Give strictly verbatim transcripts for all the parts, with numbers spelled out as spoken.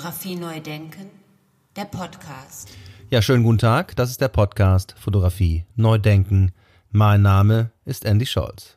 Fotografie neu denken, der Podcast. Ja, schönen guten Tag, das ist der Podcast Fotografie neu denken. Mein Name ist Andy Scholz.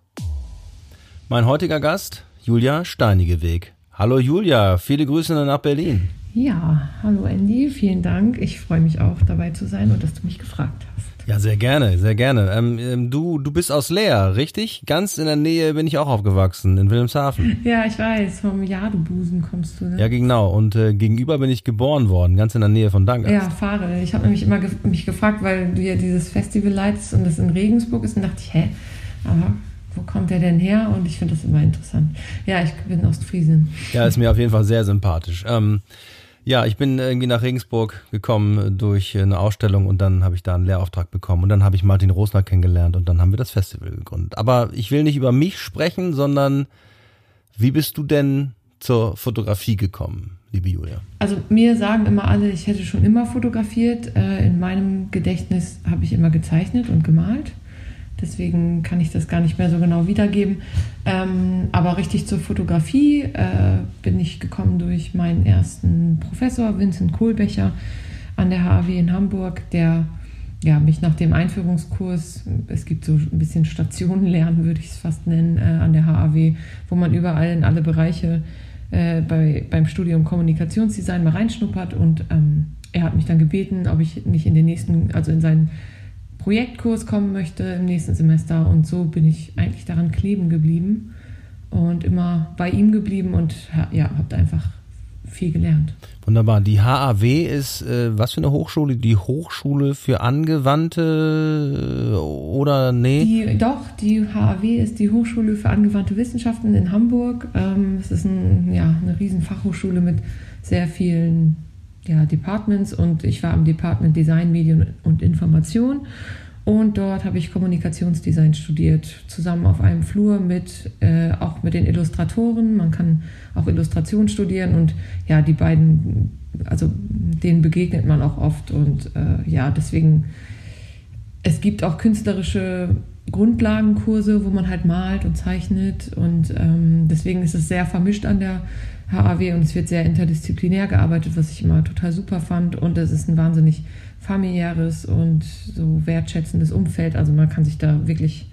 Mein heutiger Gast, Julia Steinigeweg. Hallo Julia, viele Grüße nach Berlin. Ja, hallo Andy, vielen Dank. Ich freue mich auch dabei zu sein und dass du mich gefragt hast. Ja, sehr gerne, sehr gerne. Ähm, du, du bist aus Leer, richtig? Ganz in der Nähe bin ich auch aufgewachsen, in Wilhelmshaven. Ja, ich weiß, vom Jadebusen kommst du, ne? Ja, genau. Und äh, gegenüber bin ich geboren worden, ganz in der Nähe von Dankast. Ja, Fahre. Ich habe nämlich immer ge- mich gefragt, weil du ja dieses Festival leitest und das in Regensburg ist, und dachte ich, hä, aber wo kommt der denn her? Und ich finde das immer interessant. Ja, ich bin Ostfriesin. Ja, ist mir auf jeden Fall sehr sympathisch. Ähm, Ja, ich bin irgendwie nach Regensburg gekommen durch eine Ausstellung und dann habe ich da einen Lehrauftrag bekommen und dann habe ich Martin Rosner kennengelernt und dann haben wir das Festival gegründet. Aber ich will nicht über mich sprechen, sondern wie bist du denn zur Fotografie gekommen, liebe Julia? Also mir sagen immer alle, ich hätte schon immer fotografiert. In meinem Gedächtnis habe ich immer gezeichnet und gemalt. Deswegen kann ich das gar nicht mehr so genau wiedergeben. Ähm, aber richtig zur Fotografie äh, bin ich gekommen durch meinen ersten Professor, Vincent Kohlbecher, an der H A W in Hamburg, der ja, mich nach dem Einführungskurs, es gibt so ein bisschen Stationenlernen, würde ich es fast nennen, äh, an der H A W, wo man überall in alle Bereiche äh, bei, beim Studium Kommunikationsdesign mal reinschnuppert. Und ähm, er hat mich dann gebeten, ob ich nicht in den nächsten, also in seinen Projektkurs kommen möchte im nächsten Semester, und so bin ich eigentlich daran kleben geblieben und immer bei ihm geblieben und ja, habe einfach viel gelernt. Wunderbar. Die H A W ist, äh, was für eine Hochschule? Die Hochschule für angewandte oder nee? Die, doch, die H A W ist die Hochschule für angewandte Wissenschaften in Hamburg. Ähm, es ist ein, ja, eine riesen Fachhochschule mit sehr vielen ja, Departments, und ich war am Department Design, Medien und Information, und dort habe ich Kommunikationsdesign studiert, zusammen auf einem Flur mit äh, auch mit den Illustratoren. Man kann auch Illustration studieren, und ja, die beiden, also denen begegnet man auch oft, und äh, ja, deswegen, es gibt auch künstlerische Grundlagenkurse, wo man halt malt und zeichnet, und ähm, deswegen ist es sehr vermischt an der H A W und es wird sehr interdisziplinär gearbeitet, was ich immer total super fand, und es ist ein wahnsinnig familiäres und so wertschätzendes Umfeld, also man kann sich da wirklich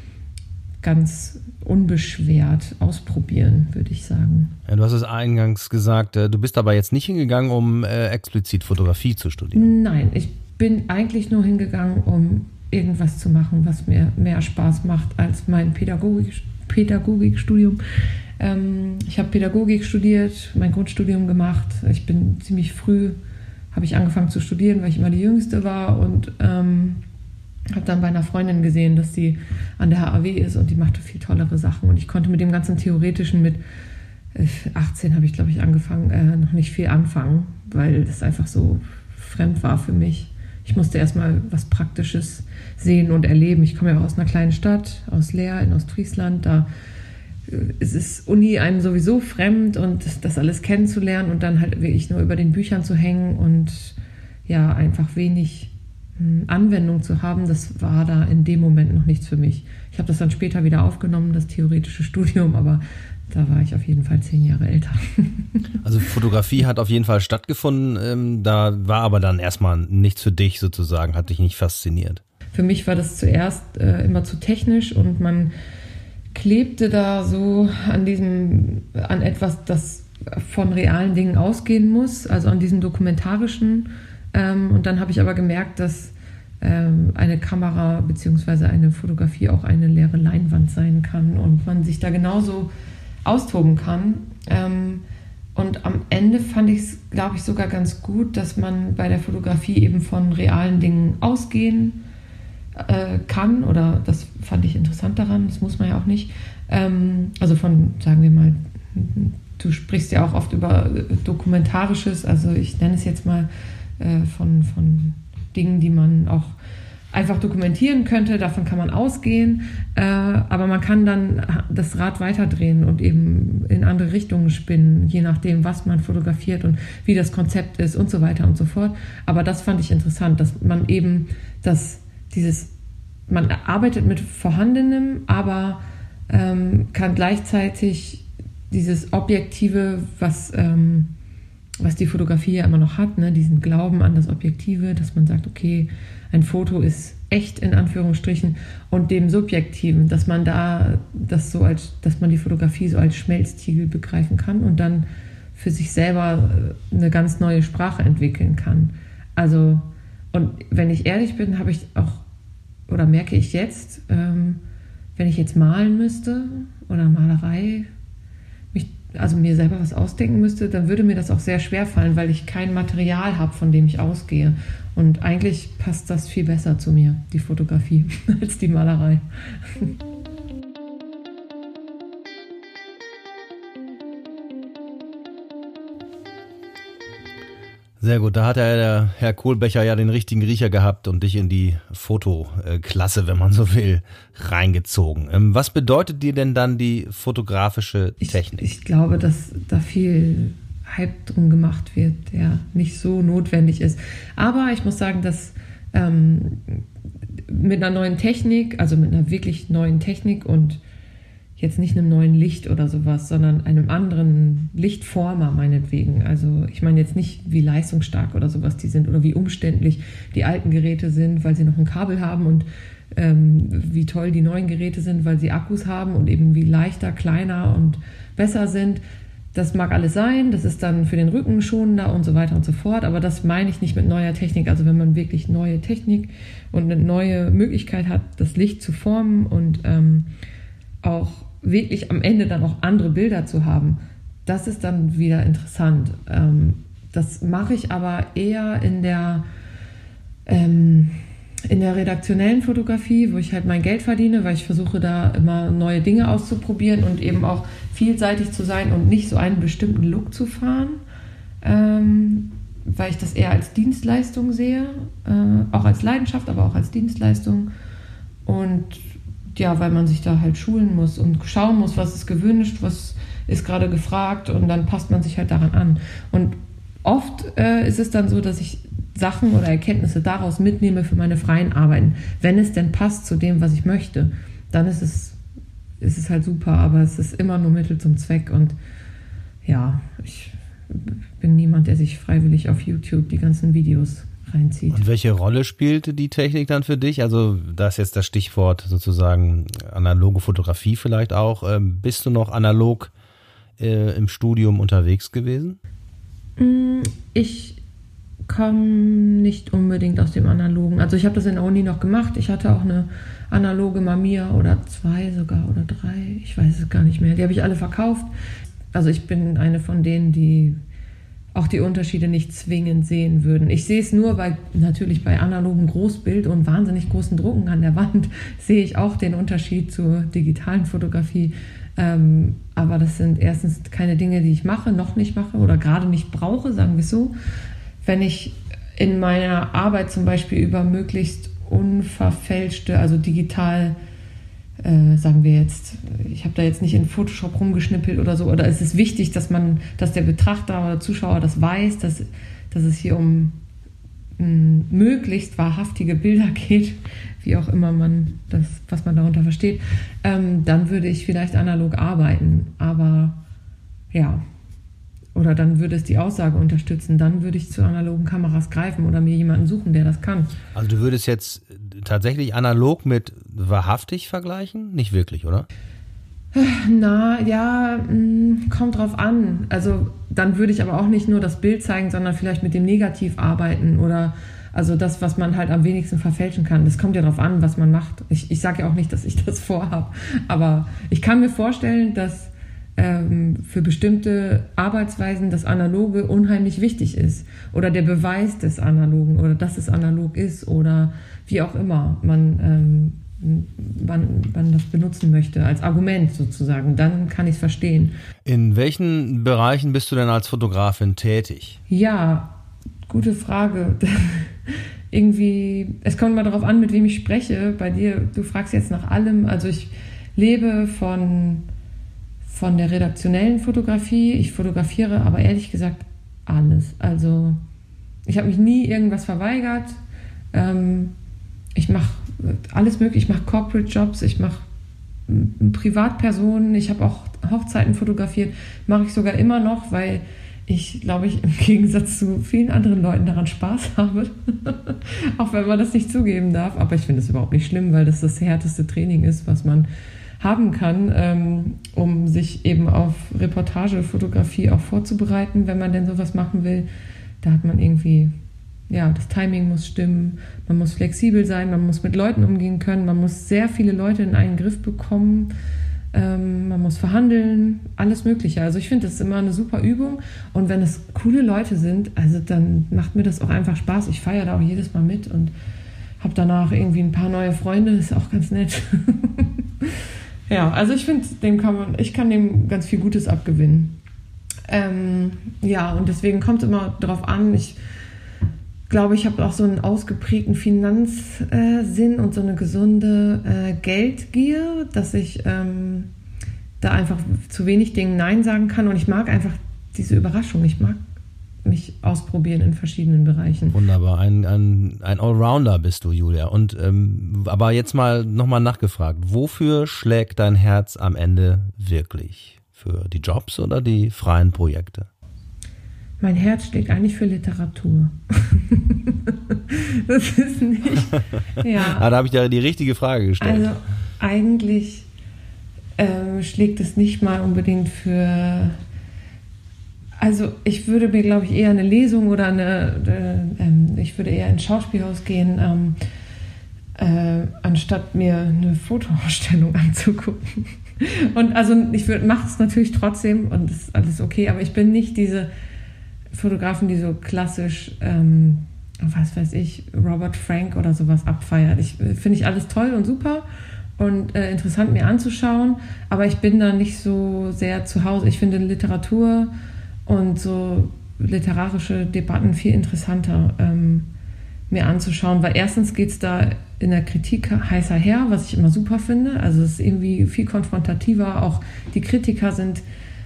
ganz unbeschwert ausprobieren, würde ich sagen. Ja, du hast es eingangs gesagt, du bist aber jetzt nicht hingegangen, um äh, explizit Fotografie zu studieren. Nein, ich bin eigentlich nur hingegangen, um irgendwas zu machen, was mir mehr Spaß macht als mein Pädagogik, Pädagogikstudium. Ähm, ich habe Pädagogik studiert, mein Grundstudium gemacht. Ich bin ziemlich früh, habe ich angefangen zu studieren, weil ich immer die Jüngste war, und ähm, habe dann bei einer Freundin gesehen, dass sie an der H A W ist und die machte viel tollere Sachen. Und ich konnte mit dem ganzen Theoretischen, mit achtzehn habe ich, glaube ich, angefangen, äh, noch nicht viel anfangen, weil das einfach so fremd war für mich. Ich musste erstmal was Praktisches sehen und erleben. Ich komme ja aus einer kleinen Stadt, aus Leer in Ostfriesland. Da ist es Uni einem sowieso fremd, und das, das alles kennenzulernen und dann halt wirklich nur über den Büchern zu hängen und ja, einfach wenig Anwendung zu haben, das war da in dem Moment noch nichts für mich. Ich habe das dann später wieder aufgenommen, das theoretische Studium, aber da war ich auf jeden Fall zehn Jahre älter. Also Fotografie hat auf jeden Fall stattgefunden, ähm, da war aber dann erstmal nichts für dich sozusagen, hat dich nicht fasziniert. Für mich war das zuerst äh, immer zu technisch, und man klebte da so an diesem, an etwas, das von realen Dingen ausgehen muss, also an diesem dokumentarischen. Ähm, und dann habe ich aber gemerkt, dass ähm, eine Kamera bzw. eine Fotografie auch eine leere Leinwand sein kann und man sich da genauso austoben kann. Ähm, und am Ende fand ich es, glaube ich, sogar ganz gut, dass man bei der Fotografie eben von realen Dingen ausgehen äh, kann, oder das fand ich interessant daran, das muss man ja auch nicht. Ähm, also von, sagen wir mal, du sprichst ja auch oft über Dokumentarisches, also ich nenne es jetzt mal äh, von, von Dingen, die man auch einfach dokumentieren könnte, davon kann man ausgehen, äh, aber man kann dann das Rad weiterdrehen und eben in andere Richtungen spinnen, je nachdem, was man fotografiert und wie das Konzept ist und so weiter und so fort. Aber das fand ich interessant, dass man eben das, dieses, man arbeitet mit Vorhandenem, aber ähm, kann gleichzeitig dieses Objektive, was ähm, was die Fotografie ja immer noch hat, ne? Diesen Glauben an das Objektive, dass man sagt, okay, ein Foto ist echt in Anführungsstrichen, und dem Subjektiven, dass man da das so als, dass man die Fotografie so als Schmelztiegel begreifen kann und dann für sich selber eine ganz neue Sprache entwickeln kann. Also, und wenn ich ehrlich bin, habe ich auch, oder merke ich jetzt, ähm, wenn ich jetzt malen müsste oder Malerei, mich, also mir selber was ausdenken müsste, dann würde mir das auch sehr schwer fallen, weil ich kein Material habe, von dem ich ausgehe. Und eigentlich passt das viel besser zu mir, die Fotografie, als die Malerei. Sehr gut, da hat ja der Herr Kohlbecher ja den richtigen Riecher gehabt und dich in die Fotoklasse, wenn man so will, reingezogen. Was bedeutet dir denn dann die fotografische Technik? Ich, ich glaube, dass da viel Hype drum gemacht wird, der nicht so notwendig ist. Aber ich muss sagen, dass ähm, mit einer neuen Technik, also mit einer wirklich neuen Technik und jetzt nicht einem neuen Licht oder sowas, sondern einem anderen Lichtformer meinetwegen. Also ich meine jetzt nicht, wie leistungsstark oder sowas die sind oder wie umständlich die alten Geräte sind, weil sie noch ein Kabel haben, und ähm, wie toll die neuen Geräte sind, weil sie Akkus haben, und eben wie leichter, kleiner und besser sind. Das mag alles sein, das ist dann für den Rücken schonender und so weiter und so fort, aber das meine ich nicht mit neuer Technik. Also wenn man wirklich neue Technik und eine neue Möglichkeit hat, das Licht zu formen und ähm, auch wirklich am Ende dann auch andere Bilder zu haben, das ist dann wieder interessant. Ähm, das mache ich aber eher in der, ähm, in der redaktionellen Fotografie, wo ich halt mein Geld verdiene, weil ich versuche, da immer neue Dinge auszuprobieren und eben auch vielseitig zu sein und nicht so einen bestimmten Look zu fahren, ähm, weil ich das eher als Dienstleistung sehe, äh, auch als Leidenschaft, aber auch als Dienstleistung. Und ja, weil man sich da halt schulen muss und schauen muss, was ist gewünscht, was ist gerade gefragt, und dann passt man sich halt daran an. Und oft äh, ist es dann so, dass ich Sachen oder Erkenntnisse daraus mitnehme für meine freien Arbeiten. Wenn es denn passt zu dem, was ich möchte, dann ist es, ist es halt super, aber es ist immer nur Mittel zum Zweck, und ja, ich bin niemand, der sich freiwillig auf YouTube die ganzen Videos reinzieht. Und welche Rolle spielte die Technik dann für dich? Also da ist jetzt das Stichwort sozusagen analoge Fotografie vielleicht auch. Ähm, bist du noch analog äh, im Studium unterwegs gewesen? Ich komme nicht unbedingt aus dem Analogen. Also ich habe das in der Uni noch gemacht. Ich hatte auch eine analoge Mamiya oder zwei sogar oder drei. Ich weiß es gar nicht mehr. Die habe ich alle verkauft. Also ich bin eine von denen, die auch die Unterschiede nicht zwingend sehen würden. Ich sehe es nur, weil natürlich bei analogen Großbild und wahnsinnig großen Drucken an der Wand sehe ich auch den Unterschied zur digitalen Fotografie. Ähm, aber das sind erstens keine Dinge, die ich mache, noch nicht mache oder gerade nicht brauche, sagen wir es so. Wenn ich in meiner Arbeit zum Beispiel über möglichst unverfälschte, also digital, Äh, sagen wir jetzt, ich habe da jetzt nicht in Photoshop rumgeschnippelt oder so, oder ist es wichtig, dass man, dass der Betrachter oder Zuschauer das weiß, dass, dass es hier um mh, möglichst wahrhaftige Bilder geht, wie auch immer man das, was man darunter versteht, ähm, dann würde ich vielleicht analog arbeiten, aber ja, oder dann würde es die Aussage unterstützen, dann würde ich zu analogen Kameras greifen oder mir jemanden suchen, der das kann. Also du würdest jetzt tatsächlich analog mit wahrhaftig vergleichen? Nicht wirklich, oder? Na, ja, mh, kommt drauf an. Also dann würde ich aber auch nicht nur das Bild zeigen, sondern vielleicht mit dem Negativ arbeiten oder also das, was man halt am wenigsten verfälschen kann. Das kommt ja drauf an, was man macht. Ich, ich sage ja auch nicht, dass ich das vorhabe, aber ich kann mir vorstellen, dass für bestimmte Arbeitsweisen das Analoge unheimlich wichtig ist oder der Beweis des Analogen oder dass es analog ist oder wie auch immer man, ähm, man, man das benutzen möchte, als Argument sozusagen, dann kann ich es verstehen. In welchen Bereichen bist du denn als Fotografin tätig? Ja, gute Frage. Irgendwie, es kommt mal darauf an, mit wem ich spreche. Bei dir, du fragst jetzt nach allem. Also ich lebe von von der redaktionellen Fotografie. Ich fotografiere aber ehrlich gesagt alles. Also ich habe mich nie irgendwas verweigert. Ähm, ich mache alles mögliche. Ich mache Corporate Jobs, ich mache Privatpersonen, ich habe auch Hochzeiten fotografiert. Mache ich sogar immer noch, weil ich, glaube ich, im Gegensatz zu vielen anderen Leuten daran Spaß habe. Auch wenn man das nicht zugeben darf. Aber ich finde es überhaupt nicht schlimm, weil das das härteste Training ist, was man haben kann, ähm, um sich eben auf Reportagefotografie auch vorzubereiten, wenn man denn sowas machen will. Da hat man irgendwie, ja, das Timing muss stimmen, man muss flexibel sein, man muss mit Leuten umgehen können, man muss sehr viele Leute in einen Griff bekommen, ähm, man muss verhandeln, alles Mögliche. Also ich finde, das ist immer eine super Übung und wenn es coole Leute sind, also dann macht mir das auch einfach Spaß. Ich feiere da auch jedes Mal mit und habe danach irgendwie ein paar neue Freunde, das ist auch ganz nett. Ja, also ich finde, dem kann man, ich kann dem ganz viel Gutes abgewinnen. Ähm, ja, und deswegen kommt es immer darauf an. Ich glaube, ich habe auch so einen ausgeprägten Finanzsinn und so eine gesunde äh, Geldgier, dass ich ähm, da einfach zu wenig Dingen Nein sagen kann. Und ich mag einfach diese Überraschung. Ich mag mich ausprobieren in verschiedenen Bereichen. Wunderbar, ein, ein, ein Allrounder bist du, Julia. Und ähm, aber jetzt mal nochmal nachgefragt, wofür schlägt dein Herz am Ende wirklich? Für die Jobs oder die freien Projekte? Mein Herz schlägt eigentlich für Literatur. Das ist nicht... Ja. Ah, da habe ich dir die richtige Frage gestellt. Also eigentlich ähm, schlägt es nicht mal unbedingt für... Also ich würde mir, glaube ich, eher eine Lesung oder eine, äh, äh, ich würde eher ins Schauspielhaus gehen, ähm, äh, anstatt mir eine Fotoausstellung anzugucken. Und also ich mache es natürlich trotzdem und das ist alles okay, aber ich bin nicht diese Fotografen, die so klassisch, ähm, was weiß ich, Robert Frank oder sowas abfeiert. Ich finde ich alles toll und super und äh, interessant mir anzuschauen, aber ich bin da nicht so sehr zu Hause. Ich finde Literatur und so literarische Debatten viel interessanter ähm, mir anzuschauen, weil erstens geht es da in der Kritik heißer her, was ich immer super finde. Also es ist irgendwie viel konfrontativer. Auch die Kritiker sind,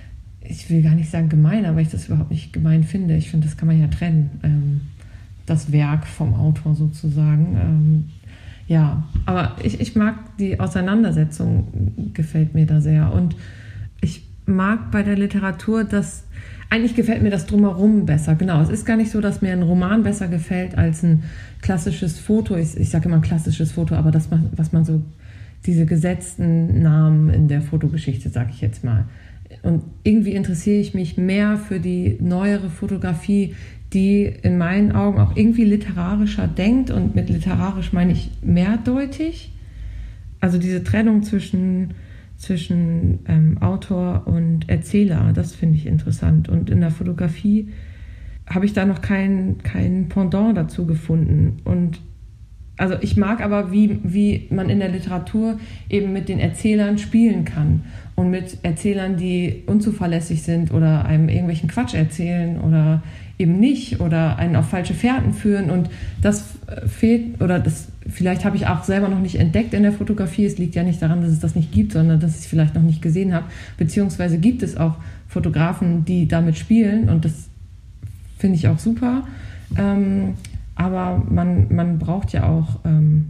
ich will gar nicht sagen gemein, aber ich das überhaupt nicht gemein finde. Ich finde, das kann man ja trennen, ähm, das Werk vom Autor sozusagen. Ähm, ja, aber ich, ich mag die Auseinandersetzung, gefällt mir da sehr. Und ich mag bei der Literatur, dass eigentlich gefällt mir das Drumherum besser. Genau, es ist gar nicht so, dass mir ein Roman besser gefällt als ein klassisches Foto. Ich, ich sage immer klassisches Foto, aber das, was man so, diese gesetzten Namen in der Fotogeschichte, sage ich jetzt mal. Und irgendwie interessiere ich mich mehr für die neuere Fotografie, die in meinen Augen auch irgendwie literarischer denkt. Und mit literarisch meine ich mehrdeutig. Also diese Trennung zwischen... zwischen ähm, Autor und Erzähler, das finde ich interessant. Und in der Fotografie habe ich da noch kein, kein Pendant dazu gefunden. Und also ich mag aber, wie, wie man in der Literatur eben mit den Erzählern spielen kann. Und mit Erzählern, die unzuverlässig sind oder einem irgendwelchen Quatsch erzählen oder eben nicht oder einen auf falsche Fährten führen. Und das fehlt, oder das vielleicht habe ich auch selber noch nicht entdeckt in der Fotografie. Es liegt ja nicht daran, dass es das nicht gibt, sondern dass ich es vielleicht noch nicht gesehen habe. Beziehungsweise gibt es auch Fotografen, die damit spielen und das finde ich auch super. Ähm, aber man, man braucht ja auch ähm,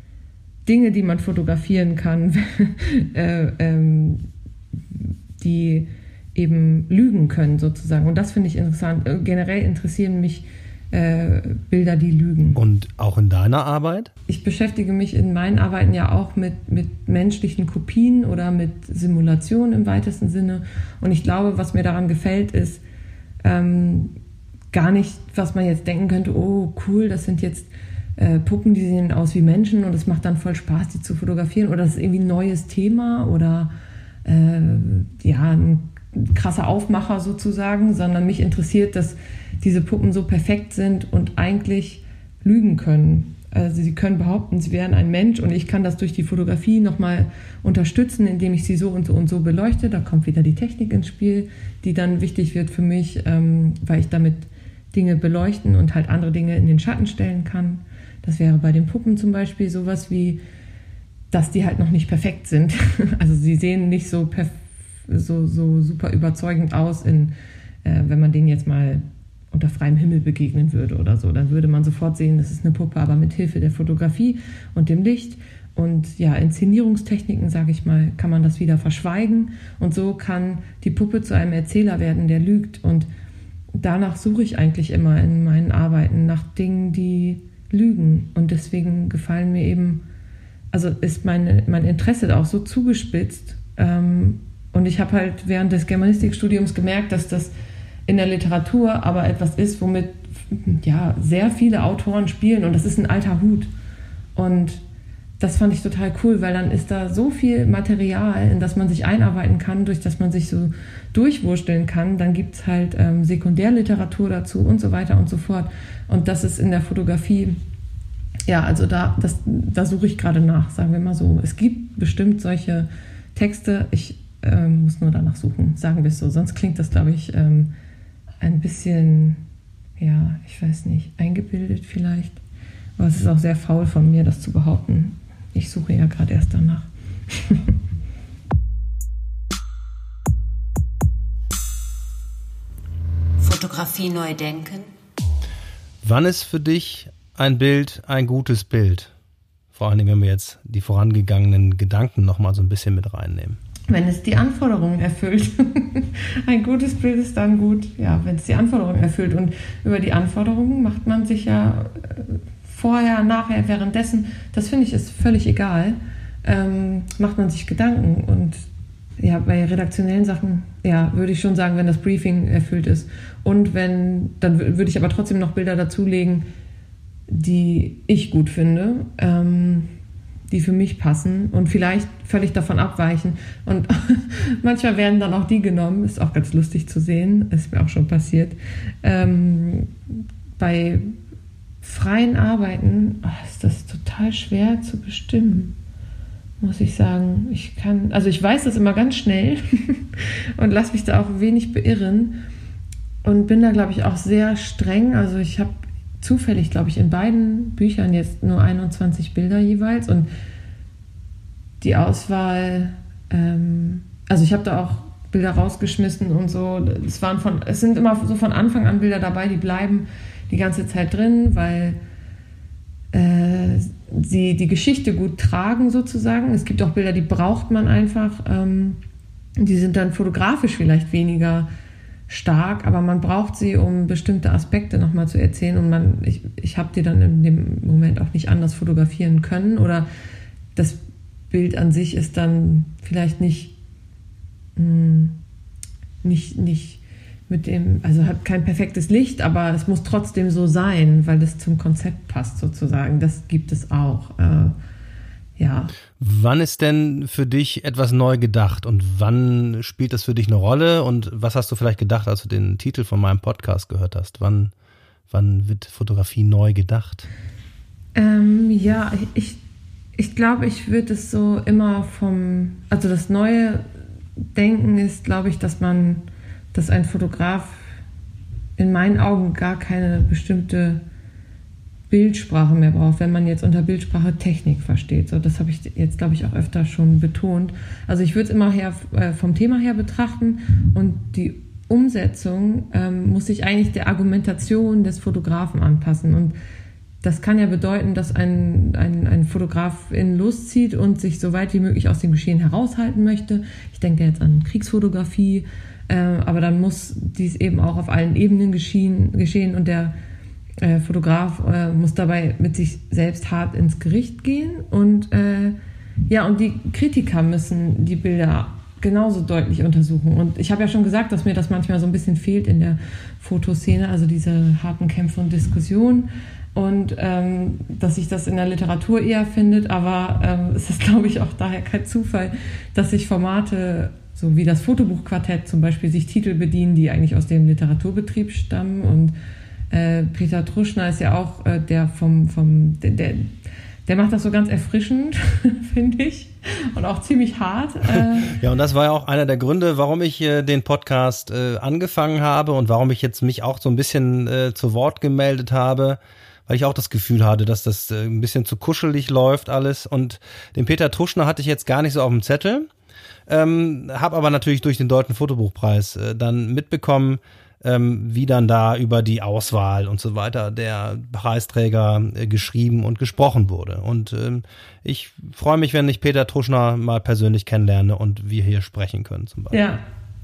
Dinge, die man fotografieren kann, äh, ähm, die eben lügen können sozusagen. Und das finde ich interessant. Generell interessieren mich äh, Bilder, die lügen. Und auch in deiner Arbeit? Ich beschäftige mich in meinen Arbeiten ja auch mit, mit menschlichen Kopien oder mit Simulationen im weitesten Sinne. Und ich glaube, was mir daran gefällt, ist ähm, gar nicht, was man jetzt denken könnte, oh cool, das sind jetzt äh, Puppen, die sehen aus wie Menschen und es macht dann voll Spaß, die zu fotografieren. Oder das ist irgendwie ein neues Thema oder äh, ja, ein krasser Aufmacher sozusagen, sondern mich interessiert, dass diese Puppen so perfekt sind und eigentlich lügen können. Also sie können behaupten, sie wären ein Mensch und ich kann das durch die Fotografie nochmal unterstützen, indem ich sie so und so und so beleuchte. Da kommt wieder die Technik ins Spiel, die dann wichtig wird für mich, ähm, weil ich damit Dinge beleuchten und halt andere Dinge in den Schatten stellen kann. Das wäre bei den Puppen zum Beispiel sowas wie, dass die halt noch nicht perfekt sind. Also sie sehen nicht so perfekt, so, so super überzeugend aus, in, äh, wenn man denen jetzt mal unter freiem Himmel begegnen würde oder so. Dann würde man sofort sehen, das ist eine Puppe, aber mit Hilfe der Fotografie und dem Licht und ja, Inszenierungstechniken, sage ich mal, kann man das wieder verschweigen und so kann die Puppe zu einem Erzähler werden, der lügt. Und danach suche ich eigentlich immer in meinen Arbeiten, nach Dingen, die lügen. Und deswegen gefallen mir eben, also ist meine, mein Interesse da auch so zugespitzt. Ähm, und ich habe halt während des Germanistikstudiums gemerkt, dass das in der Literatur aber etwas ist, womit ja, sehr viele Autoren spielen. Und das ist ein alter Hut. Und das fand ich total cool, weil dann ist da so viel Material, in das man sich einarbeiten kann, durch das man sich so durchwursteln kann. Dann gibt es halt ähm, Sekundärliteratur dazu und so weiter und so fort. Und das ist in der Fotografie, ja, also da, das, da suche ich gerade nach, sagen wir mal so. Es gibt bestimmt solche Texte, ich ähm, muss nur danach suchen, sagen wir es so. Sonst klingt das, glaube ich, ähm, ein bisschen, ja, ich weiß nicht, eingebildet vielleicht. Aber es ist auch sehr faul von mir, das zu behaupten. Ich suche ja gerade erst danach. Fotografie neu denken. Wann ist für dich ein Bild ein gutes Bild? Vor allen Dingen, wenn wir jetzt die vorangegangenen Gedanken nochmal so ein bisschen mit reinnehmen. Wenn es die Anforderungen erfüllt. Ein gutes Bild ist dann gut, ja, wenn es die Anforderungen erfüllt. Und über die Anforderungen macht man sich ja vorher, nachher, währenddessen, das finde ich ist völlig egal, ähm, macht man sich Gedanken. Und ja, bei redaktionellen Sachen, ja, würde ich schon sagen, wenn das Briefing erfüllt ist. Und wenn, dann würde ich aber trotzdem noch Bilder dazulegen, die ich gut finde, ähm, die für mich passen und vielleicht völlig davon abweichen. Und manchmal werden dann auch die genommen, ist auch ganz lustig zu sehen, ist mir auch schon passiert. Ähm, bei freien Arbeiten oh, ist das total schwer zu bestimmen, muss ich sagen. Ich kann, also ich weiß das immer ganz schnell und lasse mich da auch wenig beirren und bin da, glaube ich, auch sehr streng. Also ich habe zufällig, glaube ich, in beiden Büchern jetzt nur einundzwanzig Bilder jeweils und die Auswahl, ähm, also ich habe da auch Bilder rausgeschmissen und so. Es waren von, es sind immer so von Anfang an Bilder dabei, die bleiben die ganze Zeit drin, weil äh, sie die Geschichte gut tragen sozusagen. Es gibt auch Bilder, die braucht man einfach. Ähm, die sind dann fotografisch vielleicht weniger stark, aber man braucht sie, um bestimmte Aspekte nochmal zu erzählen und man, ich, ich habe die dann in dem Moment auch nicht anders fotografieren können oder das Bild an sich ist dann vielleicht nicht, mh, nicht, nicht mit dem, also hat kein perfektes Licht, aber es muss trotzdem so sein, weil es zum Konzept passt sozusagen. Das gibt es auch. Äh, ja. Wann ist denn für dich etwas neu gedacht und wann spielt das für dich eine Rolle und was hast du vielleicht gedacht, als du den Titel von meinem Podcast gehört hast? Wann, wann wird Fotografie neu gedacht? Ähm, ja, ich, ich glaube, ich würde es so immer vom, also das neue Denken ist, glaube ich, dass man, dass ein Fotograf in meinen Augen gar keine bestimmte Bildsprache mehr braucht, wenn man jetzt unter Bildsprache Technik versteht. So, das habe ich jetzt, glaube ich, auch öfter schon betont. Also ich würde es immer her, äh, vom Thema her betrachten und die Umsetzung ähm, muss sich eigentlich der Argumentation des Fotografen anpassen. Und das kann ja bedeuten, dass ein, ein, ein Fotograf in Lust zieht und sich so weit wie möglich aus dem Geschehen heraushalten möchte. Ich denke jetzt an Kriegsfotografie, äh, aber dann muss dies eben auch auf allen Ebenen geschehen, geschehen und der Äh, Fotograf äh, muss dabei mit sich selbst hart ins Gericht gehen und äh, ja, und die Kritiker müssen die Bilder genauso deutlich untersuchen. Und ich habe ja schon gesagt, dass mir das manchmal so ein bisschen fehlt in der Fotoszene, also diese harten Kämpfe und Diskussionen und ähm, dass sich das in der Literatur eher findet, aber ähm, es ist, glaube ich, auch daher kein Zufall, dass sich Formate so wie das Fotobuchquartett zum Beispiel sich Titel bedienen, die eigentlich aus dem Literaturbetrieb stammen und Äh, Peter Truschner ist ja auch äh, der vom, vom der, der, der macht das so ganz erfrischend, finde ich, und auch ziemlich hart. Äh. Ja, und das war ja auch einer der Gründe, warum ich äh, den Podcast äh, angefangen habe und warum ich jetzt mich auch so ein bisschen äh, zu Wort gemeldet habe, weil ich auch das Gefühl hatte, dass das äh, ein bisschen zu kuschelig läuft alles. Und den Peter Truschner hatte ich jetzt gar nicht so auf dem Zettel, ähm, habe aber natürlich durch den Deutschen Fotobuchpreis äh, dann mitbekommen, Ähm, wie dann da über die Auswahl und so weiter der Preisträger äh, geschrieben und gesprochen wurde. Und ähm, ich freue mich, wenn ich Peter Truschner mal persönlich kennenlerne und wir hier sprechen können zum Beispiel. Ja,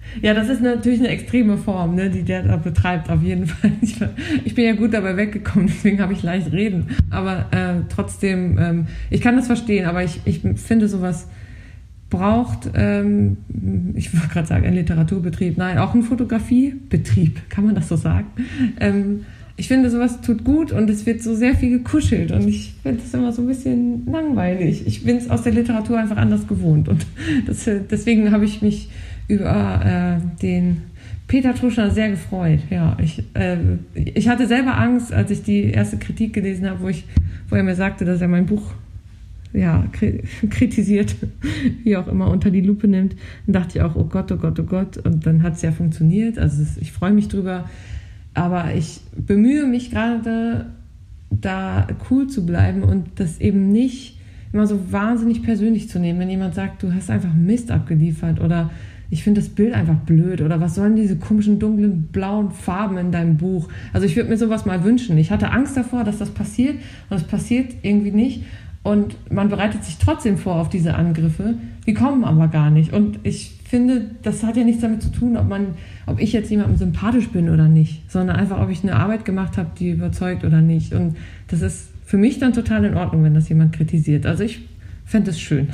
Ja, das ist natürlich eine extreme Form, ne, die der da betreibt, auf jeden Fall. Ich, ich bin ja gut dabei weggekommen, deswegen habe ich leicht reden. Aber äh, trotzdem, ähm, ich kann das verstehen, aber ich, ich finde, sowas braucht, ähm, ich wollte gerade sagen, ein Literaturbetrieb, nein, auch ein Fotografiebetrieb, kann man das so sagen? Ähm, ich finde, sowas tut gut und es wird so sehr viel gekuschelt und ich finde es immer so ein bisschen langweilig. Ich bin es aus der Literatur einfach anders gewohnt und das, deswegen habe ich mich über äh, den Peter Truschner sehr gefreut. Ja, ich, äh, ich hatte selber Angst, als ich die erste Kritik gelesen habe, wo, ich, wo er mir sagte, dass er mein Buch ja, kritisiert, wie auch immer, unter die Lupe nimmt. Dann dachte ich auch, oh Gott, oh Gott, oh Gott. Und dann hat es ja funktioniert. Also es, ich freue mich drüber. Aber ich bemühe mich gerade, da cool zu bleiben und das eben nicht immer so wahnsinnig persönlich zu nehmen. Wenn jemand sagt, du hast einfach Mist abgeliefert oder ich finde das Bild einfach blöd oder was sollen diese komischen dunklen blauen Farben in deinem Buch? Also ich würde mir sowas mal wünschen. Ich hatte Angst davor, dass das passiert und es passiert irgendwie nicht. Und man bereitet sich trotzdem vor auf diese Angriffe. Die kommen aber gar nicht. Und ich finde, das hat ja nichts damit zu tun, ob man, ob ich jetzt jemandem sympathisch bin oder nicht, sondern einfach, ob ich eine Arbeit gemacht habe, die überzeugt oder nicht. Und das ist für mich dann total in Ordnung, wenn das jemand kritisiert. Also ich fände es schön.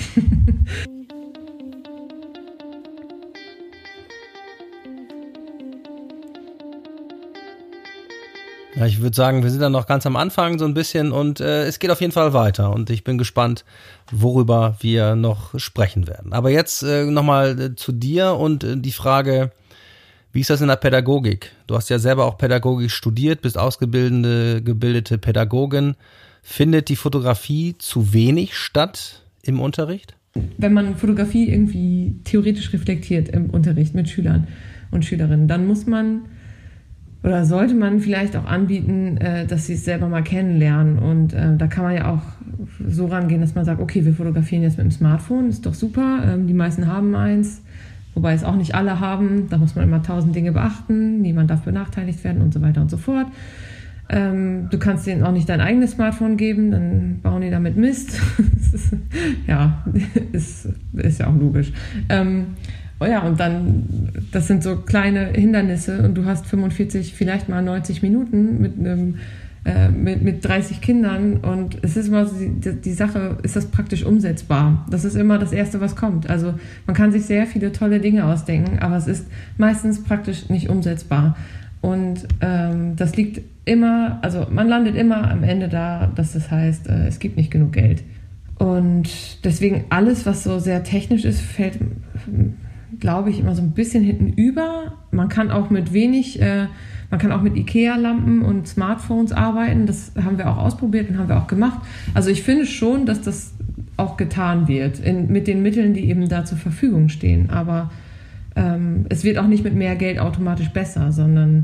Ja, ich würde sagen, wir sind dann noch ganz am Anfang so ein bisschen und äh, es geht auf jeden Fall weiter und ich bin gespannt, worüber wir noch sprechen werden. Aber jetzt äh, nochmal äh, zu dir und äh, die Frage, wie ist das in der Pädagogik? Du hast ja selber auch Pädagogik studiert, bist ausgebildete gebildete Pädagogin. Findet die Fotografie zu wenig statt im Unterricht? Wenn man Fotografie irgendwie theoretisch reflektiert im Unterricht mit Schülern und Schülerinnen, dann muss man oder sollte man vielleicht auch anbieten, äh, dass sie es selber mal kennenlernen. Und äh, da kann man ja auch so rangehen, dass man sagt, okay, wir fotografieren jetzt mit dem Smartphone, ist doch super. Ähm, die meisten haben eins, wobei es auch nicht alle haben. Da muss man immer tausend Dinge beachten. Niemand darf benachteiligt werden und so weiter und so fort. Ähm, du kannst denen auch nicht dein eigenes Smartphone geben, dann bauen die damit Mist. ist, ja, ist, ist ja auch logisch. Ähm, Oh ja, und dann, das sind so kleine Hindernisse und du hast fünfundvierzig, vielleicht mal neunzig Minuten mit einem, äh, mit, mit dreißig Kindern und es ist immer so die, die Sache, ist das praktisch umsetzbar? Das ist immer das Erste, was kommt. Also man kann sich sehr viele tolle Dinge ausdenken, aber es ist meistens praktisch nicht umsetzbar. Und ähm, das liegt immer, also man landet immer am Ende da, dass das heißt, äh, es gibt nicht genug Geld. Und deswegen alles, was so sehr technisch ist, fällt, glaube ich, immer so ein bisschen hinten über. Man kann auch mit wenig, äh, man kann auch mit Ikea-Lampen und Smartphones arbeiten. Das haben wir auch ausprobiert und haben wir auch gemacht. Also ich finde schon, dass das auch getan wird in, mit den Mitteln, die eben da zur Verfügung stehen. Aber ähm, es wird auch nicht mit mehr Geld automatisch besser, sondern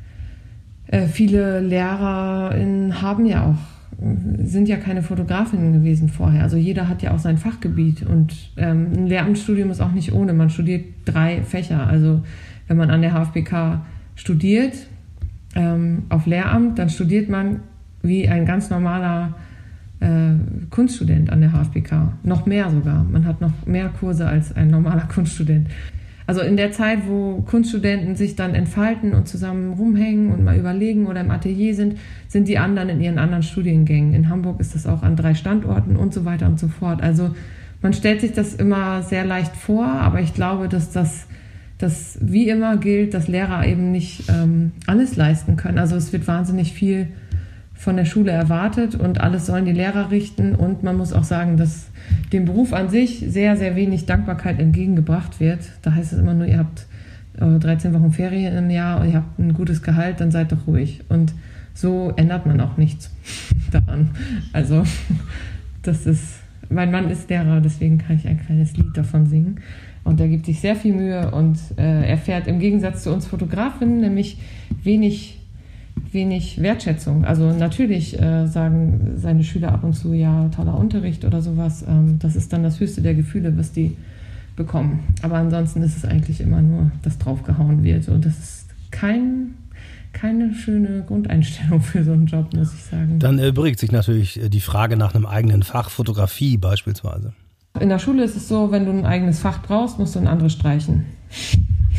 äh, viele LehrerInnen haben ja auch sind ja keine Fotografinnen gewesen vorher. Also jeder hat ja auch sein Fachgebiet und ähm, ein Lehramtsstudium ist auch nicht ohne. Man studiert drei Fächer. Also wenn man an der H F B K studiert, ähm, auf Lehramt, dann studiert man wie ein ganz normaler äh, Kunststudent an der H F B K. Noch mehr sogar. Man hat noch mehr Kurse als ein normaler Kunststudent. Also in der Zeit, wo Kunststudenten sich dann entfalten und zusammen rumhängen und mal überlegen oder im Atelier sind, sind die anderen in ihren anderen Studiengängen. In Hamburg ist das auch an drei Standorten und so weiter und so fort. Also man stellt sich das immer sehr leicht vor, aber ich glaube, dass das dass wie immer gilt, dass Lehrer eben nicht ähm, alles leisten können. Also es wird wahnsinnig viel von der Schule erwartet und alles sollen die Lehrer richten und man muss auch sagen, dass dem Beruf an sich sehr, sehr wenig Dankbarkeit entgegengebracht wird. Da heißt es immer nur, ihr habt dreizehn Wochen Ferien im Jahr und ihr habt ein gutes Gehalt, dann seid doch ruhig. Und so ändert man auch nichts daran. Also das ist, mein Mann ist Lehrer, deswegen kann ich ein kleines Lied davon singen. Und er gibt sich sehr viel Mühe und äh, erfährt im Gegensatz zu uns Fotografinnen nämlich wenig wenig Wertschätzung. Also natürlich äh, sagen seine Schüler ab und zu, ja, toller Unterricht oder sowas. Ähm, das ist dann das höchste der Gefühle, was die bekommen. Aber ansonsten ist es eigentlich immer nur, dass draufgehauen wird. Und das ist kein, keine schöne Grundeinstellung für so einen Job, muss ich sagen. Dann erübrigt sich natürlich die Frage nach einem eigenen Fach, Fotografie beispielsweise. In der Schule ist es so, wenn du ein eigenes Fach brauchst, musst du ein anderes streichen.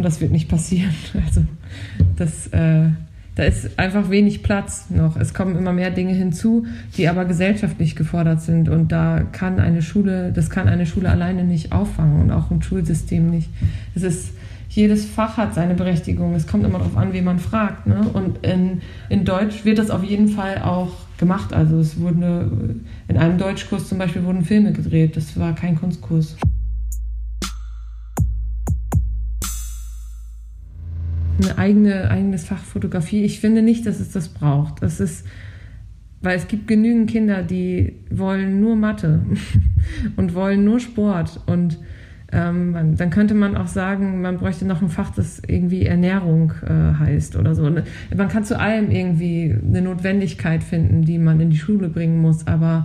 Und das wird nicht passieren. Also das, äh, da ist einfach wenig Platz noch. Es kommen immer mehr Dinge hinzu, die aber gesellschaftlich gefordert sind. Und da kann eine Schule, das kann eine Schule alleine nicht auffangen und auch ein Schulsystem nicht. Es ist, jedes Fach hat seine Berechtigung. Es kommt immer darauf an, wen man fragt. Ne? Und in, in Deutsch wird das auf jeden Fall auch gemacht. Also es wurde in einem Deutschkurs zum Beispiel wurden Filme gedreht. Das war kein Kunstkurs. Eine eigene, eigenes Fach Fotografie. Ich finde nicht, dass es das braucht. Das ist, weil es gibt genügend Kinder, die wollen nur Mathe und wollen nur Sport. Und ähm, dann könnte man auch sagen, man bräuchte noch ein Fach, das irgendwie Ernährung äh, heißt oder so. Man kann zu allem irgendwie eine Notwendigkeit finden, die man in die Schule bringen muss. Aber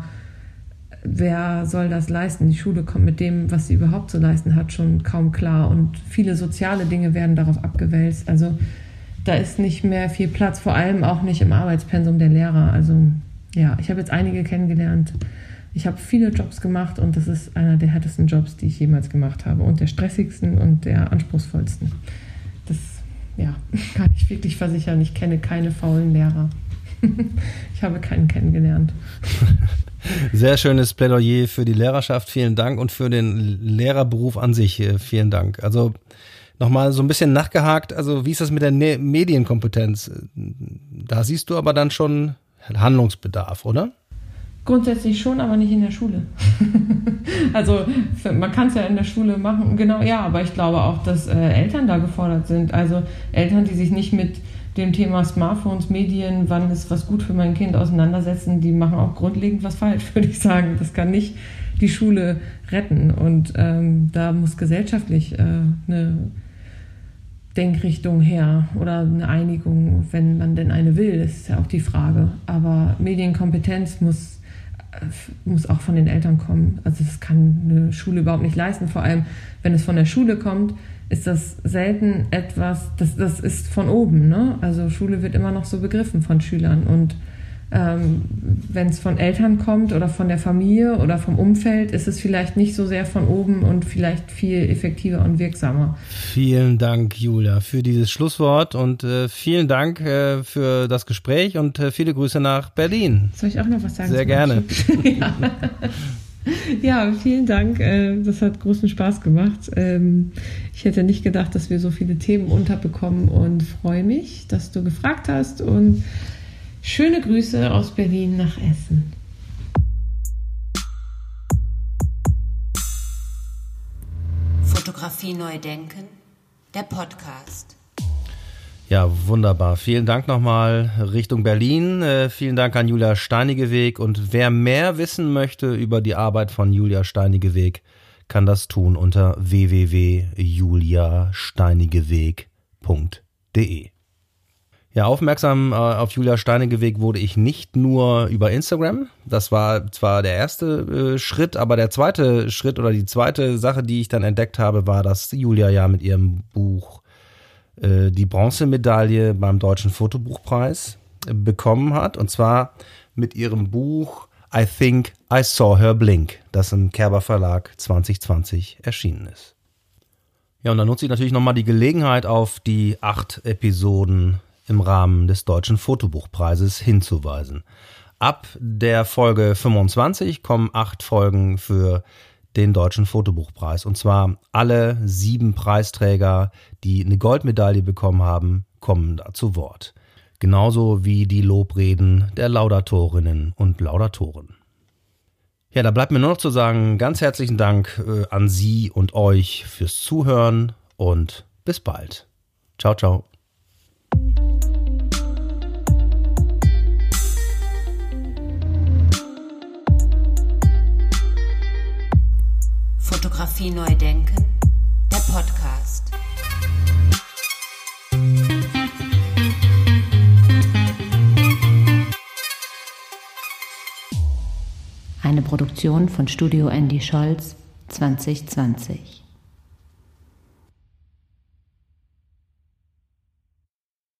wer soll das leisten? Die Schule kommt mit dem, was sie überhaupt zu leisten hat, schon kaum klar. Und viele soziale Dinge werden darauf abgewälzt. Also da ist nicht mehr viel Platz, vor allem auch nicht im Arbeitspensum der Lehrer. Also ja, ich habe jetzt einige kennengelernt. Ich habe viele Jobs gemacht und das ist einer der härtesten Jobs, die ich jemals gemacht habe. Und der stressigsten und der anspruchsvollsten. Das, ja, kann ich wirklich versichern. Ich kenne keine faulen Lehrer. Ich habe keinen kennengelernt. Sehr schönes Plädoyer für die Lehrerschaft. Vielen Dank und für den Lehrerberuf an sich. Vielen Dank. Also nochmal so ein bisschen nachgehakt. Also wie ist das mit der ne- Medienkompetenz? Da siehst du aber dann schon Handlungsbedarf, oder? Grundsätzlich schon, aber nicht in der Schule. Also man kann es ja in der Schule machen, genau, ja, aber ich glaube auch, dass äh, Eltern da gefordert sind. Also Eltern, die sich nicht mit dem Thema Smartphones, Medien, wann ist was gut für mein Kind auseinandersetzen, die machen auch grundlegend was falsch, würde ich sagen. Das kann nicht die Schule retten. Und ähm, da muss gesellschaftlich äh, eine Denkrichtung her oder eine Einigung, wenn man denn eine will, das ist ja auch die Frage. Aber Medienkompetenz muss, äh, muss auch von den Eltern kommen. Also das kann eine Schule überhaupt nicht leisten. Vor allem, wenn es von der Schule kommt, ist das selten etwas, das, das ist von oben, ne? Also Schule wird immer noch so begriffen von Schülern und ähm, wenn es von Eltern kommt oder von der Familie oder vom Umfeld, ist es vielleicht nicht so sehr von oben und vielleicht viel effektiver und wirksamer. Vielen Dank, Julia, für dieses Schlusswort und äh, vielen Dank äh, für das Gespräch und äh, viele Grüße nach Berlin. Soll ich auch noch was sagen? Sehr gerne. Ja. Ja, vielen Dank. Das hat großen Spaß gemacht. Ich hätte nicht gedacht, dass wir so viele Themen unterbekommen und freue mich, dass du gefragt hast. Und schöne Grüße aus Berlin nach Essen. Fotografie neu denken, der Podcast. Ja, wunderbar. Vielen Dank nochmal Richtung Berlin. Äh, vielen Dank an Julia Steinigeweg. Und wer mehr wissen möchte über die Arbeit von Julia Steinigeweg, kann das tun unter w w w punkt julia steinigeweg punkt d e. Ja, aufmerksam äh, auf Julia Steinigeweg wurde ich nicht nur über Instagram. Das war zwar der erste äh, Schritt, aber der zweite Schritt oder die zweite Sache, die ich dann entdeckt habe, war, dass Julia ja mit ihrem Buch die Bronzemedaille beim Deutschen Fotobuchpreis bekommen hat, und zwar mit ihrem Buch I Think I Saw Her Blink, das im Kerber Verlag zwanzig zwanzig erschienen ist. Ja, und dann nutze ich natürlich nochmal die Gelegenheit, auf die acht Episoden im Rahmen des Deutschen Fotobuchpreises hinzuweisen. Ab der Folge fünfundzwanzig kommen acht Folgen für den Deutschen Fotobuchpreis. Und zwar alle sieben Preisträger, die eine Goldmedaille bekommen haben, kommen da zu Wort. Genauso wie die Lobreden der Laudatorinnen und Laudatoren. Ja, da bleibt mir nur noch zu sagen, ganz herzlichen Dank äh, an Sie und euch fürs Zuhören und bis bald. Ciao, ciao. Fotografie neu denken, der Podcast. Eine Produktion von Studio Andy Scholz zwanzig zwanzig.